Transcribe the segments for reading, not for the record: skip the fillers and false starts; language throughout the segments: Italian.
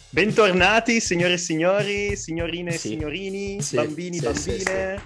Bentornati signore e signori, signorine e Sì, signorini, sì, bambini, sì, sì, sì. bambine,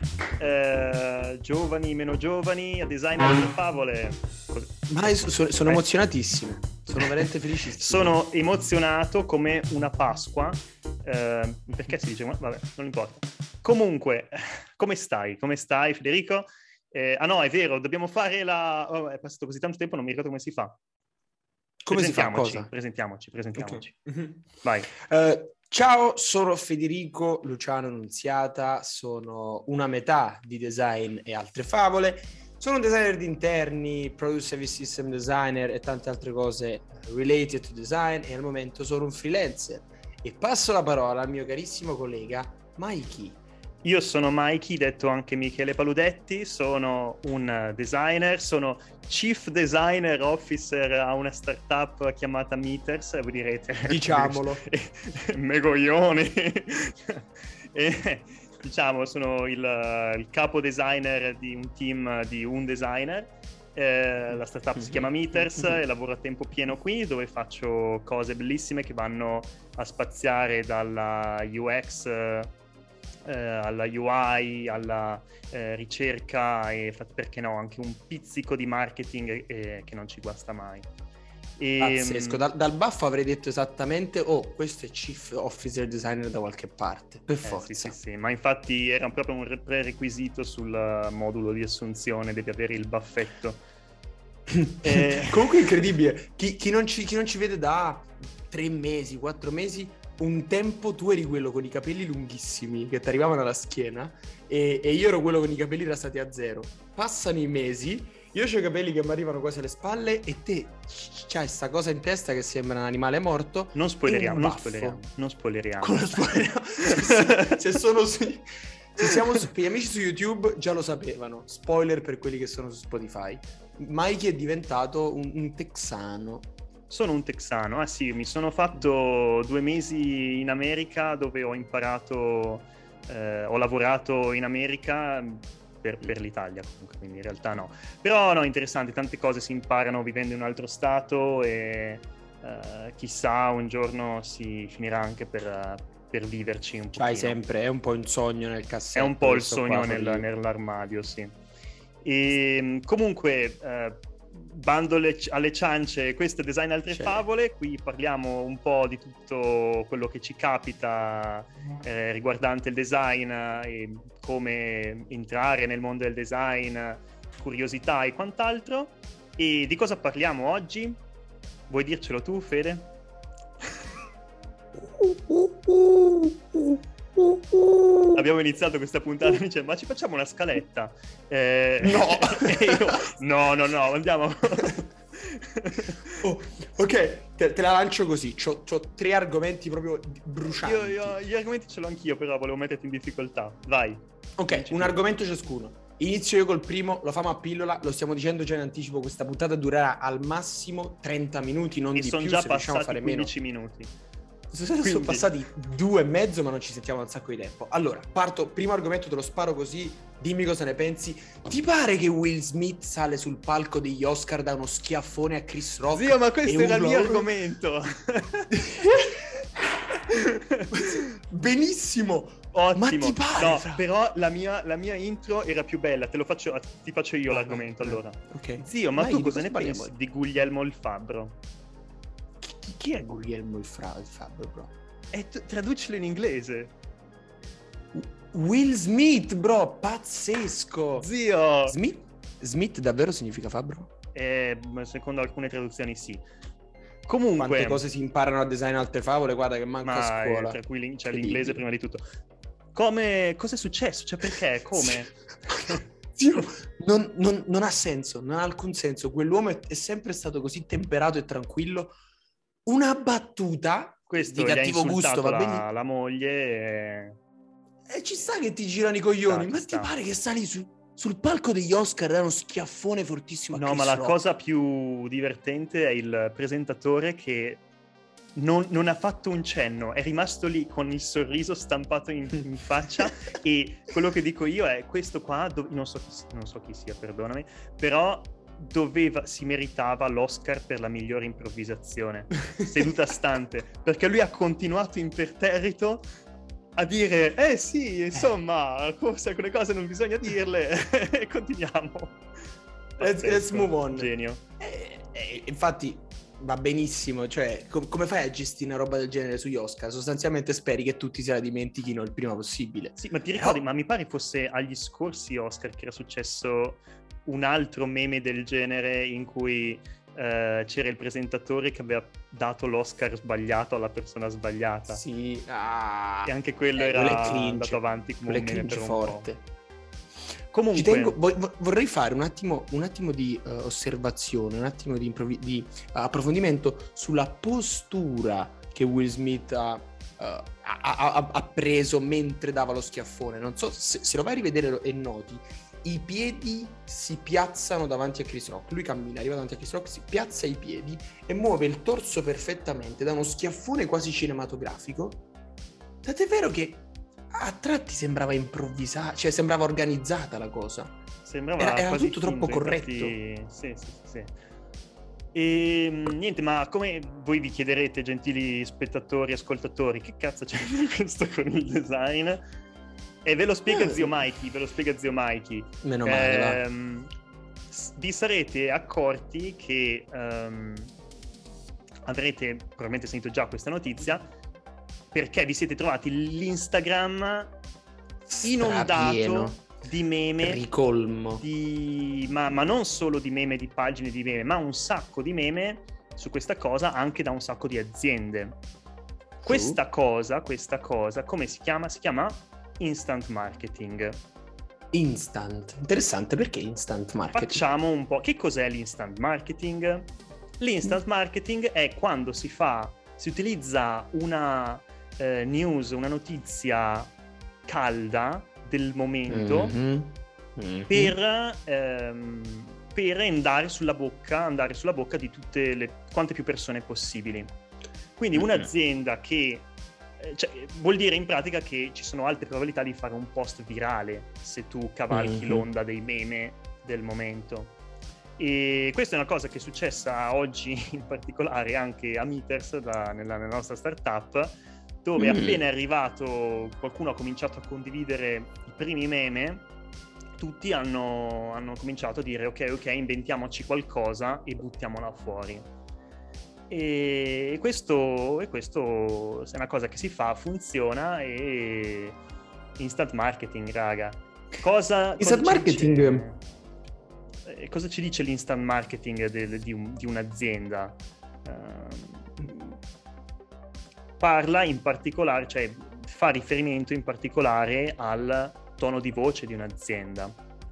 giovani, meno giovani, a Designer delle favole. Ma io sono Eh, emozionatissimo, sono veramente felicissimo. Sono emozionato come una Pasqua. Perché si dice? Vabbè, non importa. Comunque, come stai? Come stai, Federico? No, è vero, dobbiamo fare la... Oh, è passato così tanto tempo, non mi ricordo come si fa. Come si fa? Cosa? Presentiamoci. Ok. Mhm. Vai. Ciao, sono Federico Luciano Nunziata, sono una metà di design e altre favole. Sono un designer di interni, product service system designer e tante altre cose related to design e al momento sono un freelancer. E passo la parola al mio carissimo collega Mikey. Io sono Mikey, detto anche Michele Paludetti, sono un designer, sono Chief Designer Officer a una startup chiamata Meters, voi direte... Diciamolo. Megoglioni! E, diciamo, sono il capo designer di un team di un designer. La startup si chiama Meters e lavoro a tempo pieno qui, dove faccio cose bellissime che vanno a spaziare dalla UX... alla UI, alla ricerca e perché no, anche un pizzico di marketing che non ci guasta mai. Pazzesco, dal baffo avrei detto esattamente questo è Chief Officer Designer da qualche parte, per forza. Sì, ma infatti era proprio un prerequisito sul modulo di assunzione, devi avere il baffetto. Comunque è incredibile, chi non ci vede da 3 mesi, 4 mesi, un tempo tu eri quello con i capelli lunghissimi che ti arrivavano alla schiena e io ero quello con i capelli rasati a zero. Passano i mesi, io ho i capelli che mi arrivano quasi alle spalle e te c'hai sta cosa in testa che sembra un animale morto. Non spoileriamo, non spoileriamo. Come spoileriamo? Se siamo per gli amici su YouTube già lo sapevano. Spoiler per quelli che sono su Spotify. Mikey è diventato un texano. Sono un texano, ah sì, mi sono fatto 2 mesi in America dove ho imparato, ho lavorato in America per l'Italia comunque, quindi in realtà no. Però no, interessante, tante cose si imparano vivendo in un altro stato e chissà un giorno si finirà anche per viverci un pochino. Fai sempre, è un po' un sogno nel cassetto. È un po' il sogno nell'armadio, sì. E comunque... bando alle ciance, questo è Design Altre Favole, qui parliamo un po' di tutto quello che ci capita riguardante il design e come entrare nel mondo del design, curiosità e quant'altro. E di cosa parliamo oggi? Vuoi dircelo tu, Fede? Abbiamo iniziato questa puntata mi dice ma ci facciamo una scaletta? No andiamo. Ok, te la lancio così. C'ho 3 argomenti proprio brucianti. Io gli argomenti ce l'ho anch'io, però volevo metterti in difficoltà. Vai. Ok, un argomento ciascuno. Inizio io col primo, lo famo a pillola, lo stiamo dicendo già in anticipo, questa puntata durerà al massimo 30 minuti, non e di sono più, già se riusciamo a fare 15 meno. minuti. Sono passati 2 e mezzo, ma non ci sentiamo da un sacco di tempo. Allora, parto, primo argomento, te lo sparo così, dimmi cosa ne pensi. Ti pare che Will Smith sale sul palco degli Oscar da uno schiaffone a Chris Rock? Zio, ma questo era il mio argomento. Benissimo. Ottimo. Ma ti pare? No, però la mia intro era più bella, ti faccio io l'argomento allora. Ok. Zio, ma tu cosa ne pensi di Guglielmo il Fabbro? Chi è Guglielmo il Fabbro, bro? Traducilo in inglese. Will Smith, bro, pazzesco. Zio! Smith davvero significa fabbro? Secondo alcune traduzioni sì. Comunque... Quante cose si imparano a design altre favole, guarda che manca a scuola. Tra cui c'è l'inglese prima di tutto. Cosa è successo? Cioè perché? Come? Zio, non ha senso, non ha alcun senso. Quell'uomo è sempre stato così temperato e tranquillo. Una battuta questo di cattivo gusto, va bene? La moglie e ci sta che ti girano i coglioni, ma ti pare che sali sul palco degli Oscar da uno schiaffone fortissimo a Chris ma la Rock? cosa più divertente è il presentatore che non ha fatto un cenno, è rimasto lì con il sorriso stampato in faccia e quello che dico io è questo qua, non so chi sia, perdonami, però si meritava l'Oscar per la migliore improvvisazione, seduta stante, perché lui ha continuato imperterrito a dire sì, insomma, forse alcune cose non bisogna dirle e continuiamo. Let's move on. Genio. Infatti va benissimo, cioè come fai a gestire una roba del genere sugli Oscar? Sostanzialmente speri che tutti se la dimentichino il prima possibile. Sì, ma ti ricordi, ma mi pare fosse agli scorsi Oscar che era successo un altro meme del genere in cui c'era il presentatore che aveva dato l'Oscar sbagliato alla persona sbagliata. Sì, e anche quello era andato avanti come un meme per un forte. po'. Comunque vorrei fare un attimo di osservazione, un attimo di approfondimento sulla postura che Will Smith ha preso mentre dava lo schiaffone. Non so se lo vai a rivedere e noti, i piedi si piazzano davanti a Chris Rock. Lui cammina, arriva davanti a Chris Rock, si piazza i piedi e muove il torso perfettamente, da uno schiaffone quasi cinematografico. Tant'è vero che a tratti sembrava improvvisata, cioè sembrava organizzata la cosa. Era tutto troppo corretto. Sì. E niente, ma come voi vi chiederete, gentili spettatori, ascoltatori, che cazzo c'è questo con il design? E ve lo spiega zio Mikey. Meno male, vi sarete accorti che avrete probabilmente sentito già questa notizia, perché vi siete trovati l'Instagram inondato di meme, ricolmo, ma non solo di meme, di pagine di meme, ma un sacco di meme su questa cosa anche da un sacco di aziende. Questa cosa, come si chiama? Si chiama instant marketing. Instant, interessante, perché instant marketing? Facciamo un po', che cos'è l'instant marketing? L'instant marketing è quando si utilizza una news, una notizia calda del momento per andare sulla bocca di quante più persone possibili. Quindi un'azienda che vuol dire in pratica che ci sono alte probabilità di fare un post virale se tu cavalchi l'onda dei meme del momento. E questa è una cosa che è successa oggi in particolare anche a Meters, nella nostra startup, dove appena è arrivato, qualcuno ha cominciato a condividere i primi meme, tutti hanno cominciato a dire ok, inventiamoci qualcosa e buttiamola fuori. E questo è una cosa che si fa, funziona, e instant marketing, raga. Cosa ci dice l'instant marketing di un'azienda? Parla in particolare, cioè fa riferimento in particolare al tono di voce di un'azienda.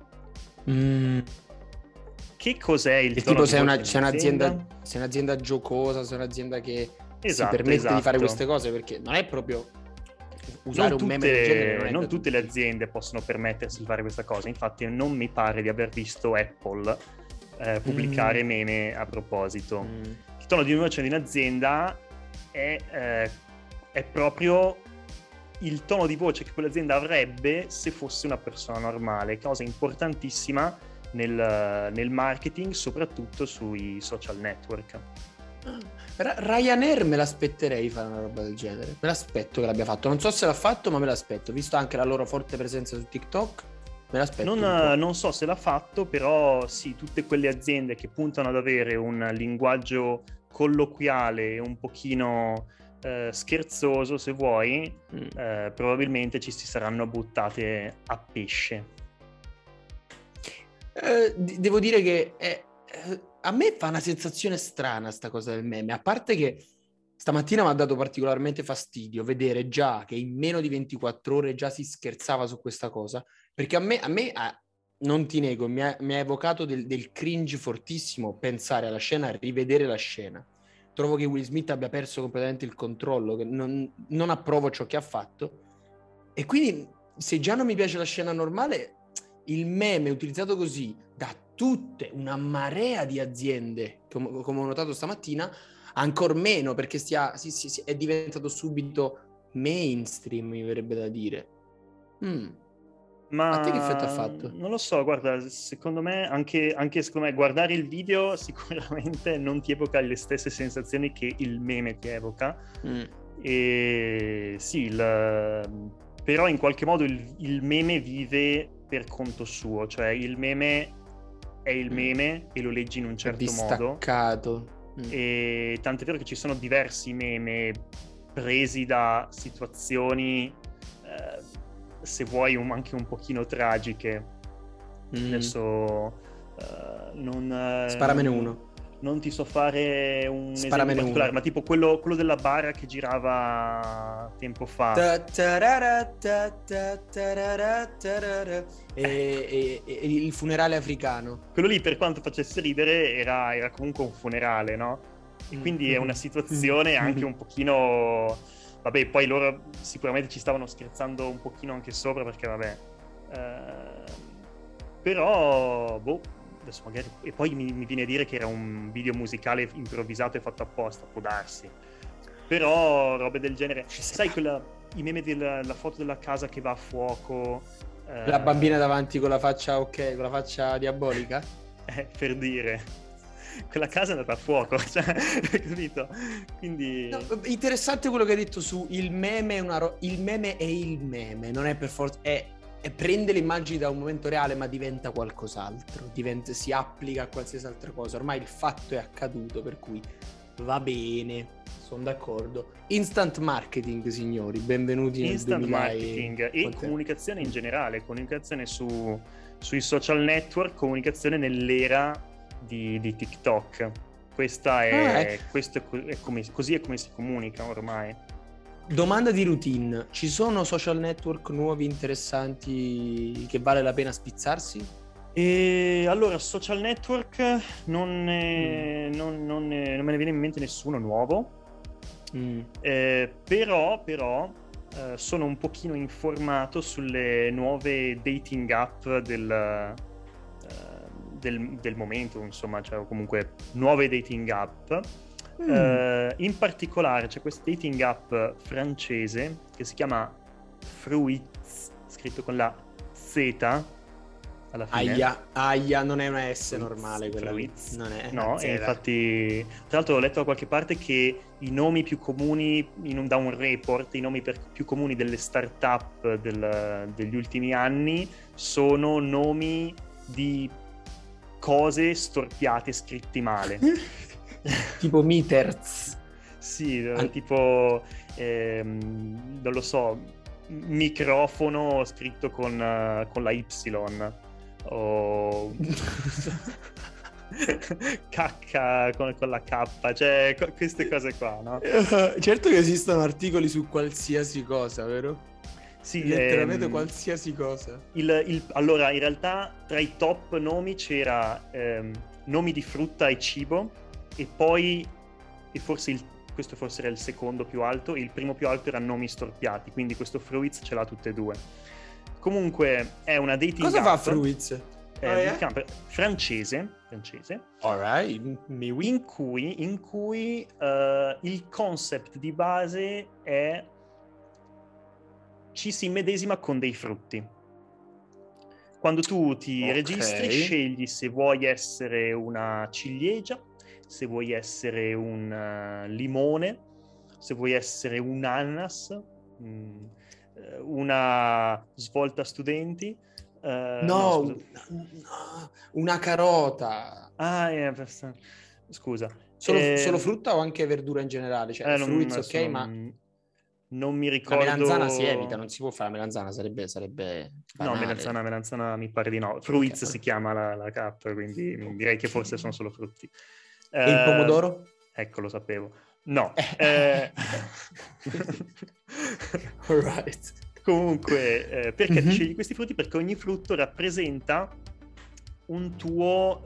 Che cos'è il tono di voce? Se è un'azienda giocosa, se è un'azienda che si permette di fare queste cose, perché non è proprio usare un meme del genere. Non tutte le aziende possono permettersi di fare questa cosa. Infatti non mi pare di aver visto Apple pubblicare meme a proposito. Il tono di voce di un'azienda è proprio il tono di voce che quell'azienda avrebbe se fosse una persona normale, cosa importantissima nel marketing, soprattutto sui social network. Ryanair me l'aspetterei fare una roba del genere. Me l'aspetto che l'abbia fatto. Non so se l'ha fatto, ma me l'aspetto. Visto anche la loro forte presenza su TikTok, me l'aspetto. Non so se l'ha fatto, però sì, tutte quelle aziende che puntano ad avere un linguaggio colloquiale, un pochino scherzoso, se vuoi, probabilmente ci si saranno buttate a pesce. Devo dire che a me fa una sensazione strana sta cosa del meme, a parte che stamattina mi ha dato particolarmente fastidio vedere già che in meno di 24 ore già si scherzava su questa cosa, perché a me non ti nego, mi ha evocato del cringe fortissimo pensare alla scena, rivedere la scena. Trovo che Will Smith abbia perso completamente il controllo, che non approvo ciò che ha fatto, e quindi se già non mi piace la scena normale, il meme utilizzato così da tutte una marea di aziende, come ho notato stamattina, ancor meno, perché è diventato subito mainstream, mi verrebbe da dire. A te che effetto ha Ma fatto? non lo so, guarda, secondo me anche secondo me guardare il video sicuramente non ti evoca le stesse sensazioni che il meme ti evoca. E sì, però in qualche modo il meme vive per conto suo, cioè il meme è il meme e lo leggi in un certo modo. Distaccato. E tant'è vero che ci sono diversi meme presi da situazioni, se vuoi, anche un pochino tragiche. Adesso Sparamene uno. non ti so fare un esempio Sparamene particolare, uno. ma tipo quello della bara che girava tempo fa. E il funerale africano. Quello lì, per quanto facesse ridere, era comunque un funerale, no? E quindi è una situazione anche un pochino... Vabbè, poi loro sicuramente ci stavano scherzando un pochino anche sopra, perché vabbè... Però, boh, adesso magari... E poi mi viene a dire che era un video musicale improvvisato e fatto apposta, può darsi. Però robe del genere... Sai, i meme della foto della casa che va a fuoco... La bambina davanti con la faccia con la faccia diabolica? Per dire... Quella casa è andata a fuoco, cioè, capito? Quindi... No, interessante quello che hai detto su il meme, il meme è il meme, non è per forza... prende le immagini da un momento reale, ma diventa qualcos'altro, si applica a qualsiasi altra cosa. Ormai il fatto è accaduto, per cui va bene, sono d'accordo. Instant marketing, signori, benvenuti nel Instant 2000 marketing e comunicazione in generale, comunicazione sui social network, comunicazione nell'era di TikTok. Questa è, così è come si comunica ormai. Domanda di routine: ci sono social network nuovi interessanti che vale la pena spizzarsi? E allora, social network non me ne viene in mente nessuno nuovo. Però sono un pochino informato sulle nuove dating app del momento, insomma, cioè comunque nuove dating app. In particolare c'è questa dating app francese che si chiama Fruits, scritto con la Z alla fine. Aia, non è una S normale quella Fruits. Non è, no, e infatti tra l'altro ho letto da qualche parte che i nomi più comuni, da un report, i nomi più comuni delle start-up degli ultimi anni sono nomi di cose storpiate, scritti male. Tipo Meters. Sì, tipo non lo so, microfono scritto con la Y o cacca con la K, cioè queste cose qua, no? Certo che esistono articoli su qualsiasi cosa, vero? Sì, letteralmente qualsiasi cosa. Allora, in realtà tra i top nomi c'era nomi di frutta e cibo, e poi, questo forse era il secondo più alto, e il primo più alto era nomi storpiati, quindi questo Fruits ce l'ha tutte e due. Comunque è una dating Cosa app. Fa Fruits? Francese. Alright, in cui il concept di base è ci si immedesima con dei frutti. Quando tu ti registri, scegli se vuoi essere una ciliegia, se vuoi essere un limone, se vuoi essere un ananas, una svolta studenti. No, una carota. Scusa. Solo frutta o anche verdura in generale? Cioè, fruits, ok, ma... Non mi ricordo. La melanzana si evita, non si può fare la melanzana, sarebbe banale. No, melanzana mi pare di no. Fruits si chiama la app, quindi direi che forse sono solo frutti. E il pomodoro? Ecco, lo sapevo. No. Alright. Comunque, perché ti scegli questi frutti? Perché ogni frutto rappresenta un tuo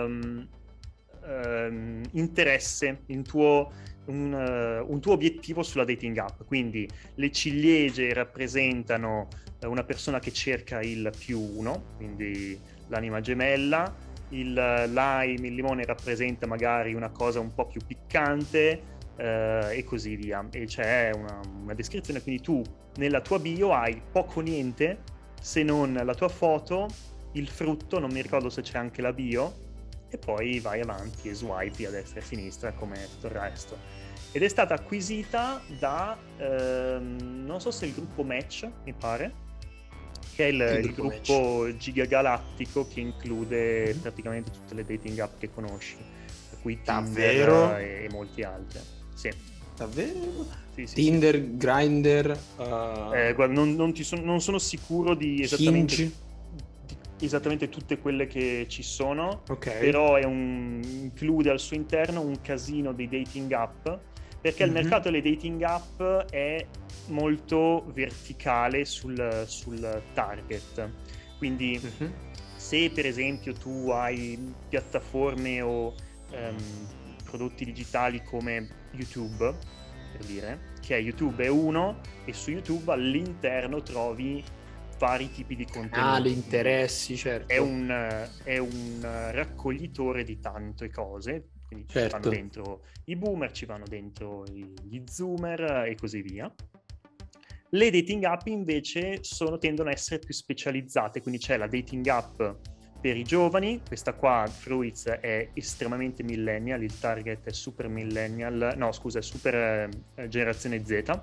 interesse, un tuo obiettivo sulla dating app. Quindi le ciliegie rappresentano una persona che cerca il +1, quindi l'anima gemella. Il limone rappresenta magari una cosa un po' più piccante, e così via. E c'è una descrizione, quindi tu nella tua bio hai poco o niente se non la tua foto, il frutto, non mi ricordo se c'è anche la bio, e poi vai avanti e swipe a destra e a sinistra come tutto il resto. Ed è stata acquisita da, non so se il gruppo Match, mi pare, che è il gruppo gigagalattico che include praticamente tutte le dating app che conosci, per cui Tinder e molti altri. Sì. Davvero? Sì, Tinder, sì. Grindr, guarda, non sono sicuro di esattamente tutte quelle che ci sono, però include al suo interno un casino di dating app, perché il mercato delle dating app è molto verticale sul target. Quindi se per esempio tu hai piattaforme o prodotti digitali come YouTube, per dire, che YouTube è uno, e su YouTube all'interno trovi vari tipi di contenuti. Interessi, certo. È un raccoglitore di tante cose, quindi ci vanno dentro i boomer, ci vanno dentro gli zoomer e così via. Le dating app invece tendono a essere più specializzate, quindi c'è la dating app per i giovani, questa qua, Fruitz, è estremamente millennial, il target è super millennial, no scusa, è super generazione Z.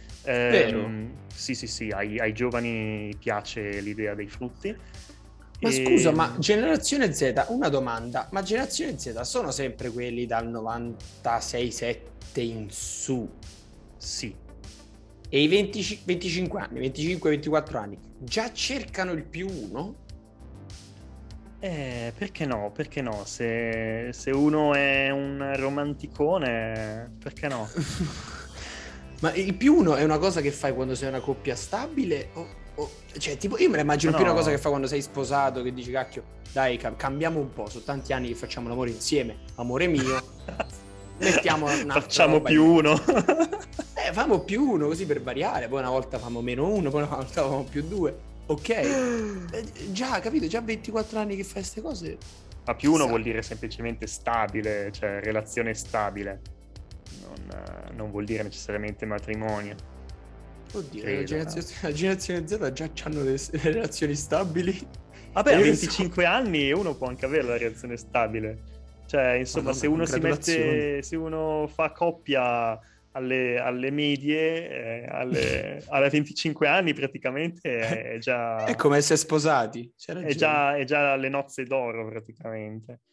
Sì, ai giovani piace l'idea dei frutti. Ma scusa, ma generazione Z, una domanda, ma generazione Z sono sempre quelli dal 96-7 in su? Sì. E i 25 anni, 25-24 anni, già cercano il +1? Perché no? Perché no? Se uno è un romanticone, perché no? Ma il +1 è una cosa che fai quando sei una coppia stabile? Cioè, tipo, io me la immagino più una cosa che fai quando sei sposato, che dici, cacchio, dai, cambiamo un po', sono tanti anni che facciamo l'amore insieme, amore mio, mettiamo facciamo +1. Famo +1 così per variare, poi una volta famo -1, poi una volta famo +2, ok? Già, capito, già 24 anni che fai queste cose. Ma +1 vuol dire semplicemente stabile, cioè relazione stabile. Non vuol dire necessariamente matrimonio. Oddio, la generazione Z già hanno le relazioni stabili. Vabbè, a 25 anni uno può anche avere la relazione stabile. Cioè, insomma, se uno se uno fa coppia alle medie, alle 25 anni praticamente è già... È come essere sposati. È già le nozze d'oro praticamente.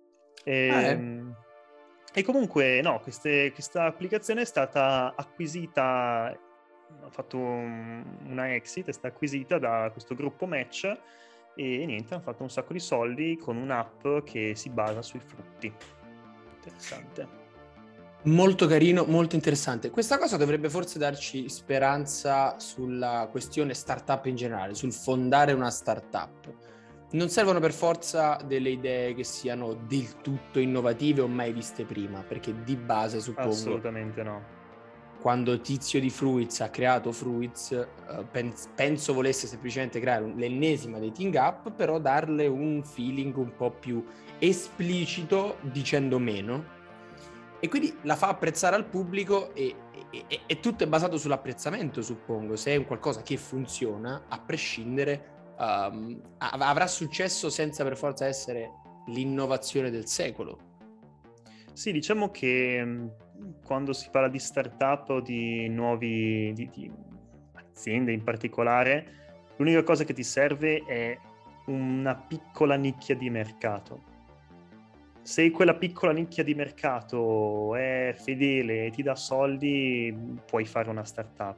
E comunque, no, questa applicazione è stata acquisita, ha fatto una exit, è stata acquisita da questo gruppo Match e niente, hanno fatto un sacco di soldi con un'app che si basa sui frutti. Interessante. Molto carino, molto interessante. Questa cosa dovrebbe forse darci speranza sulla questione startup in generale, sul fondare una startup. Non servono per forza delle idee che siano del tutto innovative o mai viste prima, perché di base suppongo... Assolutamente no. Quando Tizio di Fruitz ha creato Fruitz, penso volesse semplicemente creare l'ennesima dating app, però darle un feeling un po' più esplicito, dicendo meno. E quindi la fa apprezzare al pubblico e tutto è basato sull'apprezzamento, suppongo. Se è un qualcosa che funziona, a prescindere... avrà successo senza per forza essere l'innovazione del secolo. Sì, diciamo che quando si parla di startup o di nuovi di aziende in particolare, l'unica cosa che ti serve è una piccola nicchia di mercato. Se quella piccola nicchia di mercato è fedele e ti dà soldi, puoi fare una startup.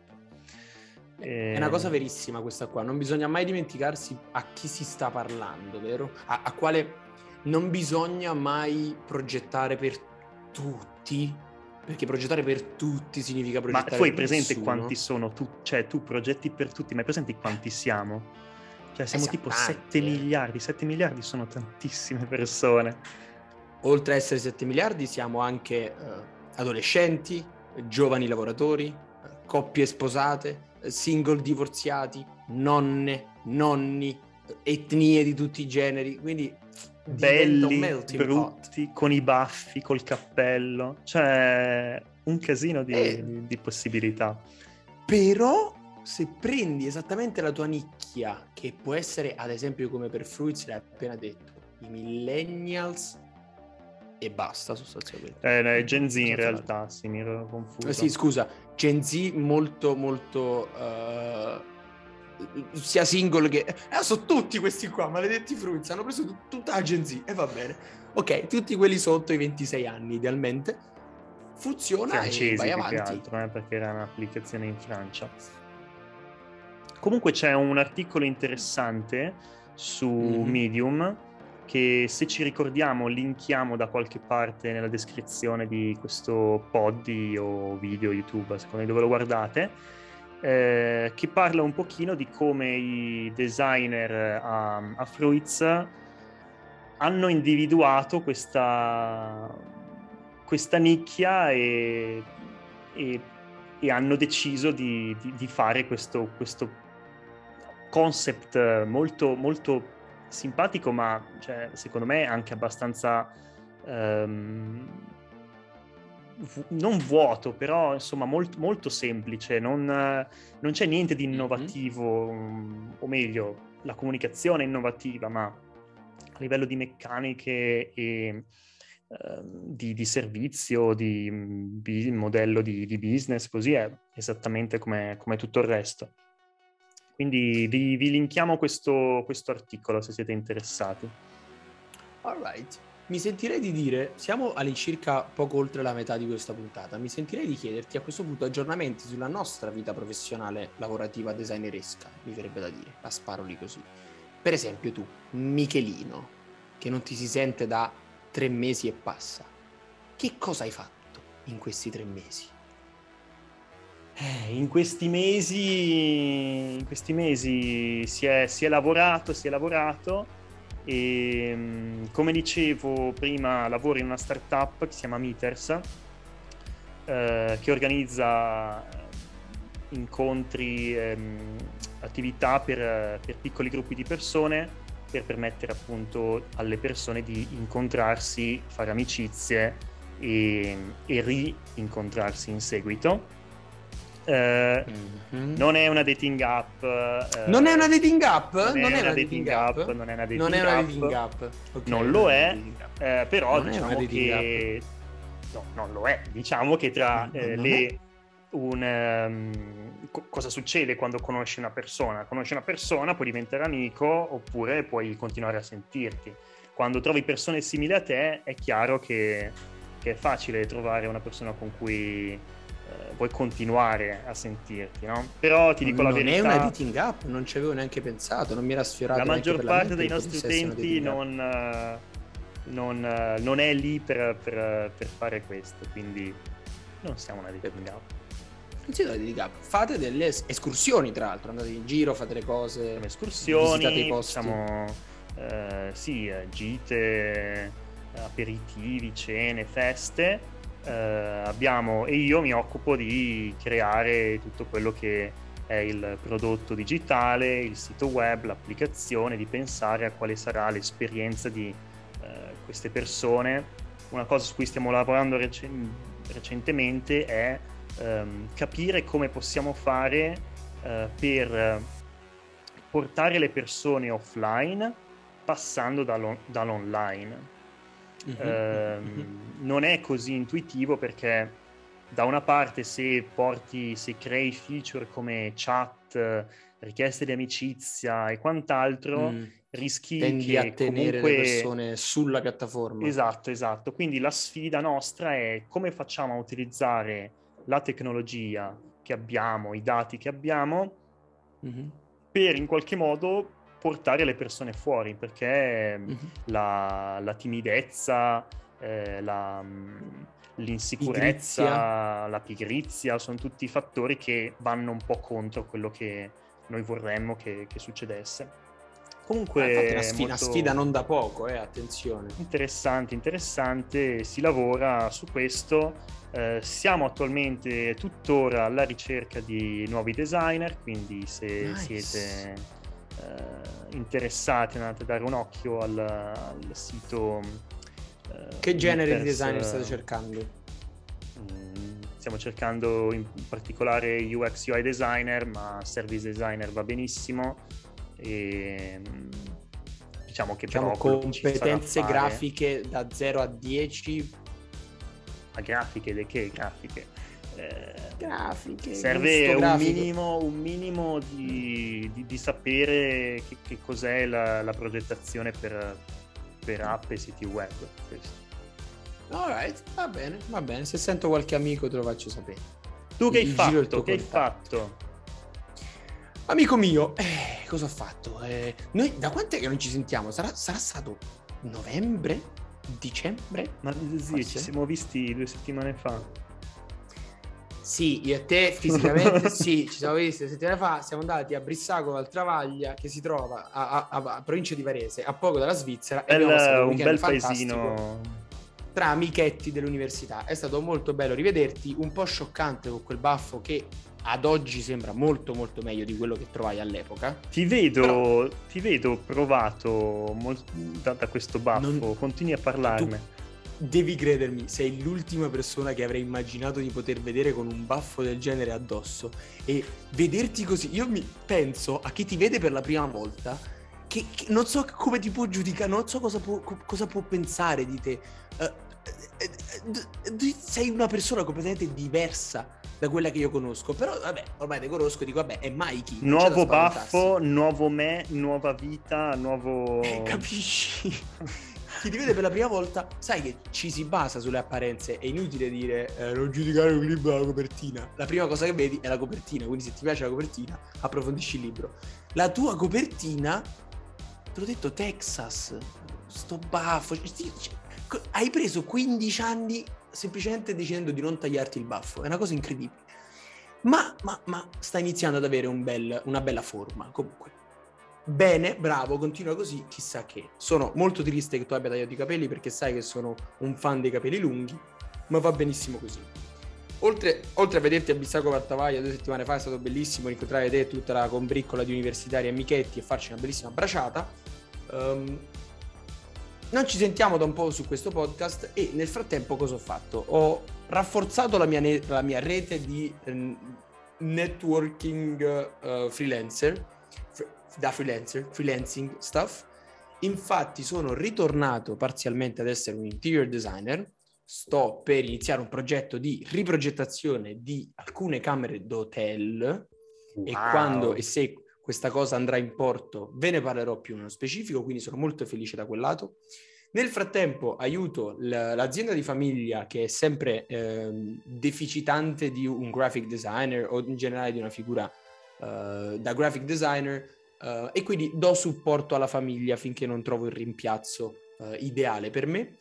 È una cosa verissima questa qua, non bisogna mai dimenticarsi a chi si sta parlando, vero? A quale non bisogna mai progettare per tutti, perché progettare per tutti significa progettare per nessuno. Ma tu hai presente nessuno. Quanti sono? Tu progetti per tutti, ma hai presente quanti siamo? Cioè siamo tipo tanti, 7 miliardi, 7 miliardi sono tantissime persone. Oltre a essere 7 miliardi siamo anche adolescenti, giovani lavoratori, coppie sposate, single divorziati, nonne, nonni, etnie di tutti i generi, quindi belli, brutti, con i baffi, col cappello, cioè un casino di possibilità. Però se prendi esattamente la tua nicchia, che può essere ad esempio come per Fruits, l'hai appena detto, i millennials e basta sostanzialmente. Gen Z in realtà, sì, mi ero confuso. Sì, scusa, Gen Z molto molto sia single che sono tutti questi qua, maledetti Fruits, hanno preso tutta la Gen Z e va bene. Ok, tutti quelli sotto i 26 anni idealmente. Funziona Francesi, e vai più avanti. che altro, perché era un'applicazione in Francia. Comunque c'è un articolo interessante su Medium che, se ci ricordiamo, linkiamo da qualche parte nella descrizione di questo pod o video YouTube, a seconda di dove lo guardate, che parla un pochino di come i designer a Fruits hanno individuato questa nicchia e hanno deciso di fare questo concept molto, molto simpatico, ma cioè, secondo me anche abbastanza non vuoto, però insomma molto, molto semplice, non c'è niente di innovativo, o meglio, la comunicazione è innovativa, ma a livello di meccaniche e di servizio, di modello di business, così è esattamente come tutto il resto. Quindi vi linkiamo questo articolo se siete interessati. All right. Mi sentirei di dire, siamo all'incirca poco oltre la metà di questa puntata, mi sentirei di chiederti a questo punto aggiornamenti sulla nostra vita professionale lavorativa designeresca, mi verrebbe da dire, la sparo lì così. Per esempio tu, Michelino, che non ti si sente da 3 mesi e passa, che cosa hai fatto in questi 3 mesi? In questi mesi si è lavorato e, come dicevo prima, lavoro in una startup che si chiama Meters, che organizza incontri, attività per piccoli gruppi di persone, per permettere appunto alle persone di incontrarsi, fare amicizie e ri-incontrarsi in seguito. Non è una dating app. Non è una dating app? Non è una dating app. Okay, non lo è, però non diciamo che no, non lo è. Diciamo che tra cosa succede quando conosci una persona? Conosci una persona, puoi diventare amico oppure puoi continuare a sentirti. Quando trovi persone simili a te, è chiaro che è facile trovare una persona con cui vuoi continuare a sentirti, no? Però ti dico la verità, non è una dating app, non ci avevo neanche pensato, non mi era sfiorato. La maggior parte dei nostri utenti non è lì per fare questo, quindi non siamo una dating app. Non siete una dating app, fate delle escursioni, tra l'altro, andate in giro, fate le cose, escursioni, visitate i posti. Gite, aperitivi, cene, feste. E io mi occupo di creare tutto quello che è il prodotto digitale, il sito web, l'applicazione, di pensare a quale sarà l'esperienza di queste persone. Una cosa su cui stiamo lavorando recentemente è capire come possiamo fare per portare le persone offline passando dall'online. Non è così intuitivo, perché da una parte se crei feature come chat, richieste di amicizia e quant'altro, rischi tendi a tenere comunque le persone sulla piattaforma. Esatto. Quindi la sfida nostra è come facciamo a utilizzare la tecnologia che abbiamo, i dati che abbiamo, per in qualche modo portare le persone fuori, perché la timidezza, l'insicurezza, la pigrizia sono tutti fattori che vanno un po' contro quello che noi vorremmo che succedesse. Comunque è una sfida non da poco, attenzione. Interessante, si lavora su questo. Siamo attualmente tuttora alla ricerca di nuovi designer, quindi se siete interessati, andate a dare un occhio al sito. Che genere di designer state cercando? stiamo cercando in particolare UX UI designer, ma service designer va benissimo, e diciamo che però competenze grafiche da 0 a 10. Ma grafiche, di che grafiche? Grafiche, serve un minimo di sapere che cos'è la progettazione per app e siti web. Questo. Alright, va bene, se sento qualche amico te lo faccio sapere. Tu che hai fatto? Amico mio, cosa ho fatto? Noi da quant'è che non ci sentiamo? Sarà stato novembre? Dicembre? Ma sì, ci siamo visti 2 settimane fa. Sì, io e te fisicamente sì, ci siamo visti 2 settimane fa, siamo andati a Brissago al Travaglia, che si trova a provincia di Varese, a poco dalla Svizzera, e abbiamo passato un bel paesino tra amichetti dell'università. È stato molto bello rivederti, un po' scioccante con quel baffo che ad oggi sembra molto molto meglio di quello che trovai all'epoca. Ti vedo provato da questo baffo, continui a parlarne. Devi credermi, sei l'ultima persona che avrei immaginato di poter vedere con un baffo del genere addosso, e vederti così, io mi penso a chi ti vede per la prima volta che non so come ti può giudicare, non so cosa può pensare di te. Sei una persona completamente diversa da quella che io conosco, però vabbè, ormai te conosco, dico vabbè, è Mikey. Nuovo baffo, nuovo me, nuova vita, nuovo... Capisci? Chi ti vede per la prima volta, sai che ci si basa sulle apparenze, è inutile dire non giudicare un libro dalla copertina. La prima cosa che vedi è la copertina, quindi se ti piace la copertina approfondisci il libro. La tua copertina, te l'ho detto, Texas, sto baffo, hai preso 15 anni semplicemente decidendo di non tagliarti il baffo, è una cosa incredibile, ma sta iniziando ad avere una bella forma. Comunque bene, bravo, continua così, chissà che. Sono molto triste che tu abbia tagliato i capelli, perché sai che sono un fan dei capelli lunghi, ma va benissimo così. Oltre a vederti a Brissago Partavaia 2 settimane fa, è stato bellissimo incontrare te e tutta la combriccola di universitari amichetti e farci una bellissima bracciata. Non ci sentiamo da un po' su questo podcast, e nel frattempo cosa ho fatto? Ho rafforzato la mia rete di networking freelancing stuff. Infatti sono ritornato parzialmente ad essere un interior designer. Sto per iniziare un progetto di riprogettazione di alcune camere d'hotel. Wow. E quando e se questa cosa andrà in porto ve ne parlerò più nello specifico, quindi sono molto felice da quel lato. Nel frattempo aiuto l'azienda di famiglia, che è sempre deficitante di un graphic designer o in generale di una figura da graphic designer, e quindi do supporto alla famiglia finché non trovo il rimpiazzo ideale per me.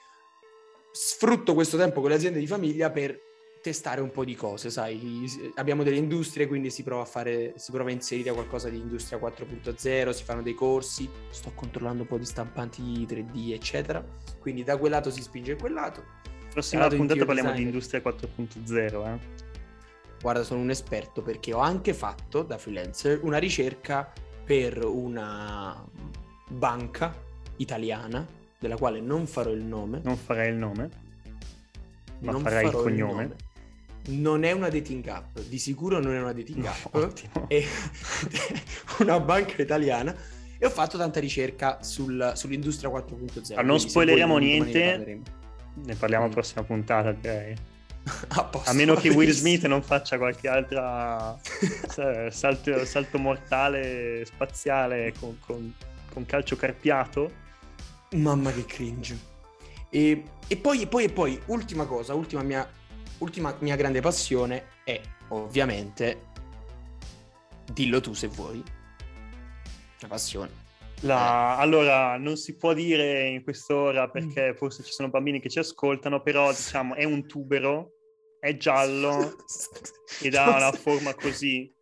Sfrutto questo tempo con le aziende di famiglia per testare un po' di cose, sai, abbiamo delle industrie, quindi si prova a inserire qualcosa di industria 4.0, si fanno dei corsi, sto controllando un po' di stampanti 3D eccetera, quindi da quel lato si spinge in quel lato. Prossima puntata parliamo di industria 4.0. Guarda, sono un esperto, perché ho anche fatto da freelancer una ricerca per una banca italiana della quale non farò il nome. Non farai il nome, ma farai il cognome. Non è una dating app, di sicuro non è una dating app, è una banca italiana, e ho fatto tanta ricerca sull'industria 4.0. Ah, non spoileriamo niente, ne parliamo alla prossima puntata, direi. A meno che Will Smith non faccia qualche altra salto mortale spaziale con calcio carpiato. Mamma che cringe. E poi ultima cosa, ultima mia grande passione è ovviamente, dillo tu se vuoi, la passione. Allora, non si può dire in quest'ora perché forse ci sono bambini che ci ascoltano, però diciamo è un tubero, è giallo ed ha una forma così,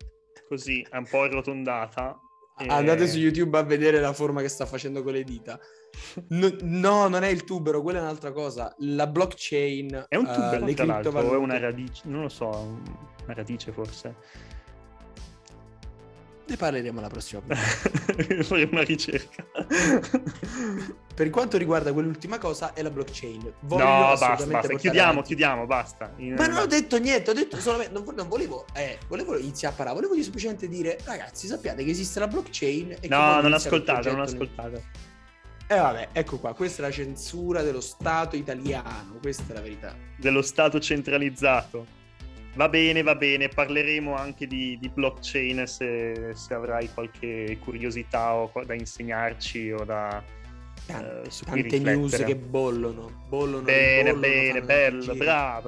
è un po' arrotondata. Andate su YouTube a vedere la forma che sta facendo con le dita. No, non è il tubero, quella è un'altra cosa. La blockchain è un tubero, tra l'altro, o è una radice, non lo so, una radice forse. Ne parleremo la prossima puntata. Faremo una ricerca. Per quanto riguarda quell'ultima cosa è la blockchain. Voglio No, assolutamente basta, portare chiudiamo, basta. Ma non ho detto niente, ho detto solamente, non volevo iniziare a parlare, volevo semplicemente dire, ragazzi, sappiate che esiste la blockchain e No, che non ascoltate. E vabbè, ecco qua, questa è la censura dello Stato italiano, questa è la verità. Dello Stato centralizzato. Va bene, parleremo anche di blockchain se avrai qualche curiosità o da insegnarci o da su cui tante riflettere. news che bollono. Bene, bello, bravo.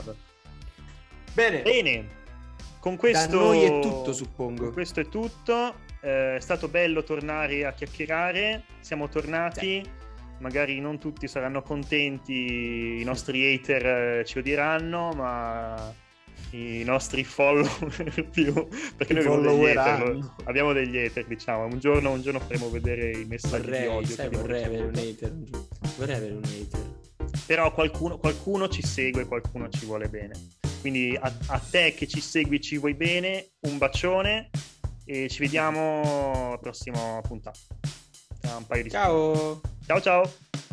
Bene, con questo da noi è tutto, suppongo. Con questo è tutto. È stato bello tornare a chiacchierare, siamo tornati. Sì. Magari non tutti saranno contenti, i nostri hater ci odieranno, ma i nostri follower più, perché noi abbiamo degli hater, diciamo. Un giorno faremo vedere i messaggi di odio. Vorrei avere un hater. Però qualcuno ci segue, qualcuno ci vuole bene. Quindi a te che ci segui, ci vuoi bene, un bacione e ci vediamo alla prossima puntata. Tra un paio di ciao. Ciao.